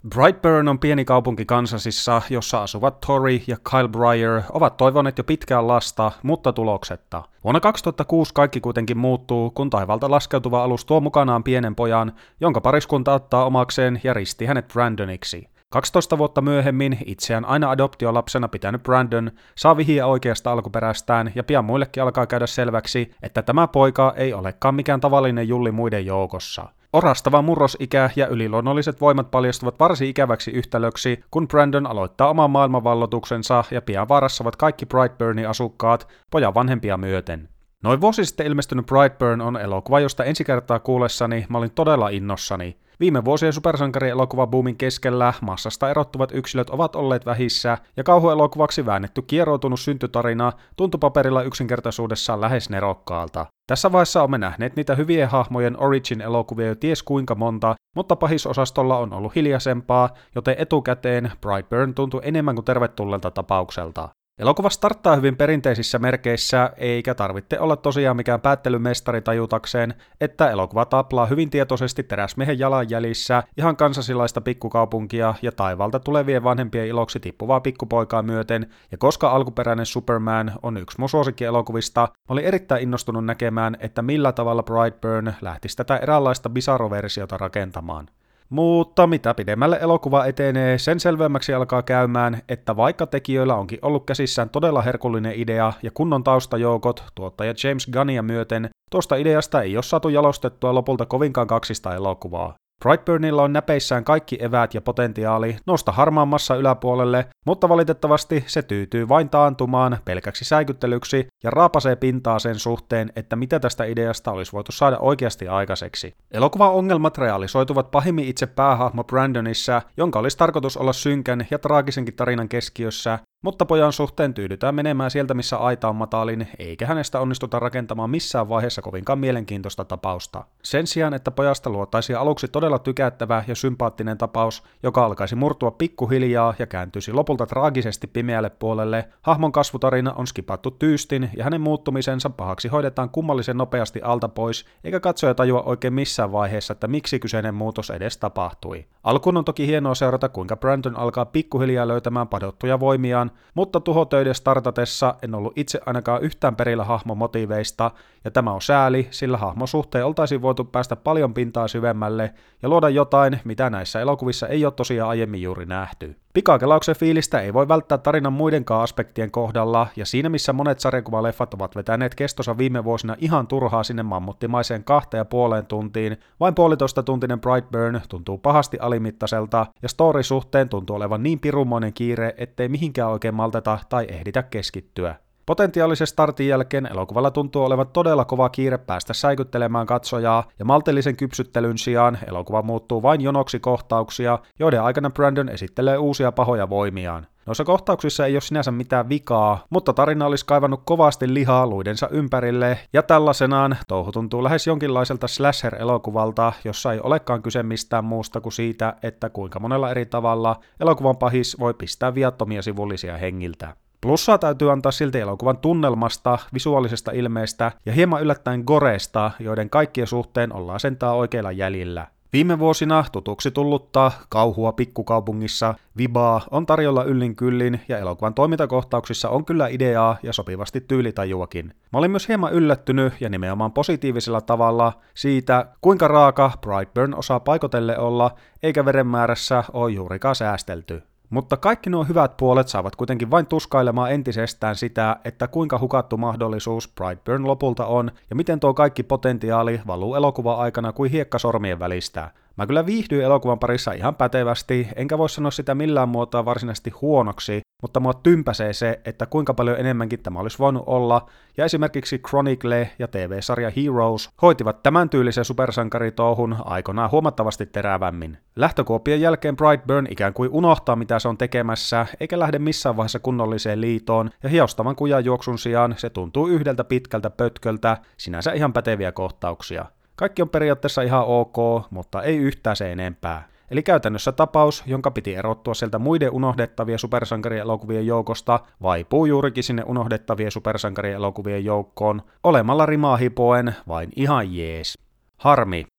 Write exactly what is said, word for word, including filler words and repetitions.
Brightburn on pieni kaupunki Kansasissa, jossa asuvat Tori ja Kyle Breyer ovat toivoneet jo pitkään lasta, mutta tuloksetta. Vuonna kaksituhattakuusi kaikki kuitenkin muuttuu, kun taivaalta laskeutuva alus tuo mukanaan pienen pojan, jonka pariskunta ottaa omakseen ja risti hänet Brandoniksi. kaksitoista vuotta myöhemmin itseään aina adoptiolapsena pitänyt Brandon saa vihiä oikeasta alkuperästään ja pian muillekin alkaa käydä selväksi, että tämä poika ei olekaan mikään tavallinen julli muiden joukossa. Orastava murrosikä ja yliluonnolliset voimat paljastuvat varsin ikäväksi yhtälöksi, kun Brandon aloittaa oman maailmanvallotuksensa ja pian vaarassa ovat kaikki Brightburnin asukkaat pojan vanhempia myöten. Noin vuosi sitten ilmestynyt Brightburn on elokuva, josta ensi kertaa kuullessani mä olin todella innossani. Viime vuosien supersankarielokuvabuumin keskellä massasta erottuvat yksilöt ovat olleet vähissä, ja kauhuelokuvaksi väännetty kieroutunut syntytarina tuntui paperilla yksinkertaisuudessaan lähes nerokkaalta. Tässä vaiheessa olemme nähneet niitä hyvien hahmojen origin-elokuvia jo ties kuinka monta, mutta pahisosastolla on ollut hiljaisempaa, joten etukäteen Brightburn tuntui enemmän kuin tervetulleelta tapaukselta. Elokuva starttaa hyvin perinteisissä merkeissä, eikä tarvitse olla tosiaan mikään päättelymestari tajutakseen, että elokuva taplaa hyvin tietoisesti teräsmiehen jalanjäljissä ihan kansasilaista pikkukaupunkia ja taivaalta tulevien vanhempien iloksi tippuvaa pikkupoikaa myöten, ja koska alkuperäinen Superman on yksi mun suosikkielokuvista, mä olin erittäin innostunut näkemään, että millä tavalla Brightburn lähtisi tätä eräänlaista bizarro-versiota rakentamaan. Mutta mitä pidemmälle elokuva etenee, sen selvemmäksi alkaa käymään, että vaikka tekijöillä onkin ollut käsissään todella herkullinen idea ja kunnon taustajoukot tuottaja James Gunnia myöten, tuosta ideasta ei ole saatu jalostettua lopulta kovinkaan kaksista elokuvaa. Brightburnilla on näpeissään kaikki eväät ja potentiaali nousta harmaammassa yläpuolelle, mutta valitettavasti se tyytyy vain taantumaan pelkäksi säikyttelyksi ja raapasee pintaa sen suhteen, että mitä tästä ideasta olisi voitu saada oikeasti aikaiseksi. Elokuvan ongelmat realisoituvat pahimmin itse päähahmo Brandonissa, jonka olisi tarkoitus olla synkän ja traagisenkin tarinan keskiössä, mutta pojan suhteen tyydytään menemään sieltä, missä aita on matalin, eikä hänestä onnistuta rakentamaan missään vaiheessa kovinkaan mielenkiintoista tapausta. Sen sijaan, että pojasta luotaisiin aluksi todella tykättävä ja sympaattinen tapaus, joka alkaisi murtua pikkuhiljaa ja kääntyisi lopulta traagisesti pimeälle puolelle, hahmon kasvutarina on skipattu tyystin ja hänen muuttumisensa pahaksi hoidetaan kummallisen nopeasti alta pois, eikä katsoja tajua oikein missään vaiheessa, että miksi kyseinen muutos edes tapahtui. Alkuun on toki hienoa seurata, kuinka Brandon alkaa pikkuhiljaa löytämään padottuja voimiaan, mutta tuhotöiden startatessa en ollut itse ainakaan yhtään perillä hahmon motiiveista, ja tämä on sääli, sillä hahmon suhteen oltaisiin voitu päästä paljon pintaa syvemmälle ja luoda jotain, mitä näissä elokuvissa ei ole tosiaan aiemmin juuri nähty. Pikakelauksen fiilistä ei voi välttää tarinan muidenkaan aspektien kohdalla, ja siinä missä monet sarjakuvaleffat ovat vetäneet kestonsa viime vuosina ihan turhaa sinne mammuttimaiseen kahteen ja puoleen tuntiin, vain puolitoista tuntinen Brightburn tuntuu pahasti alimittaiselta, ja story-suhteen tuntuu olevan niin pirumoinen kiire, ettei mihinkään oikein malteta tai ehditä keskittyä. Potentiaalisen startin jälkeen elokuvalla tuntuu olevan todella kova kiire päästä säikyttelemään katsojaa, ja maltillisen kypsyttelyn sijaan elokuva muuttuu vain jonoksi kohtauksia, joiden aikana Brandon esittelee uusia pahoja voimiaan. Noissa kohtauksissa ei ole sinänsä mitään vikaa, mutta tarina olisi kaivannut kovasti lihaa luidensa ympärille, ja tällaisenaan touhu tuntuu lähes jonkinlaiselta slasher-elokuvalta, jossa ei olekaan kyse mistään muusta kuin siitä, että kuinka monella eri tavalla elokuvan pahis voi pistää viattomia sivullisia hengiltä. Plussaa täytyy antaa silti elokuvan tunnelmasta, visuaalisesta ilmeestä ja hieman yllättäen goreesta, joiden kaikkien suhteen ollaan sentään oikeilla jäljillä. Viime vuosina tutuksi tullutta kauhua pikkukaupungissa vibaa on tarjolla yllin kyllin ja elokuvan toimintakohtauksissa on kyllä ideaa ja sopivasti tyylitajuakin. Mä olin myös hieman yllättynyt ja nimenomaan positiivisella tavalla siitä, kuinka raaka Brightburn osaa paikotelle olla, eikä verenmäärässä ole juurikaan säästelty. Mutta kaikki nuo hyvät puolet saavat kuitenkin vain tuskailemaan entisestään sitä, että kuinka hukattu mahdollisuus Brightburn lopulta on ja miten tuo kaikki potentiaali valuu elokuvan aikana kuin hiekka sormien välistä. Mä kyllä viihdyin elokuvan parissa ihan pätevästi, enkä voi sanoa sitä millään muotoa varsinaisesti huonoksi, mutta mua tympäsee se, että kuinka paljon enemmänkin tämä olisi voinut olla, ja esimerkiksi Chronicle ja T V-sarja Heroes hoitivat tämän tyylisen supersankaritouhun aikanaan huomattavasti terävämmin. Lähtökuoppien jälkeen Brightburn ikään kuin unohtaa mitä se on tekemässä, eikä lähde missään vaiheessa kunnolliseen liitoon, ja hiostavan kujan juoksun sijaan se tuntuu yhdeltä pitkältä pötköltä, sinänsä ihan päteviä kohtauksia. Kaikki on periaatteessa ihan ok, mutta ei yhtään se enempää. Eli käytännössä tapaus, jonka piti erottua sieltä muiden unohdettavien supersankarielokuvien joukosta, vaipuu juurikin sinne unohdettavien supersankarielokuvien joukkoon, olemalla rimaa hipoen vain ihan jees. Harmi,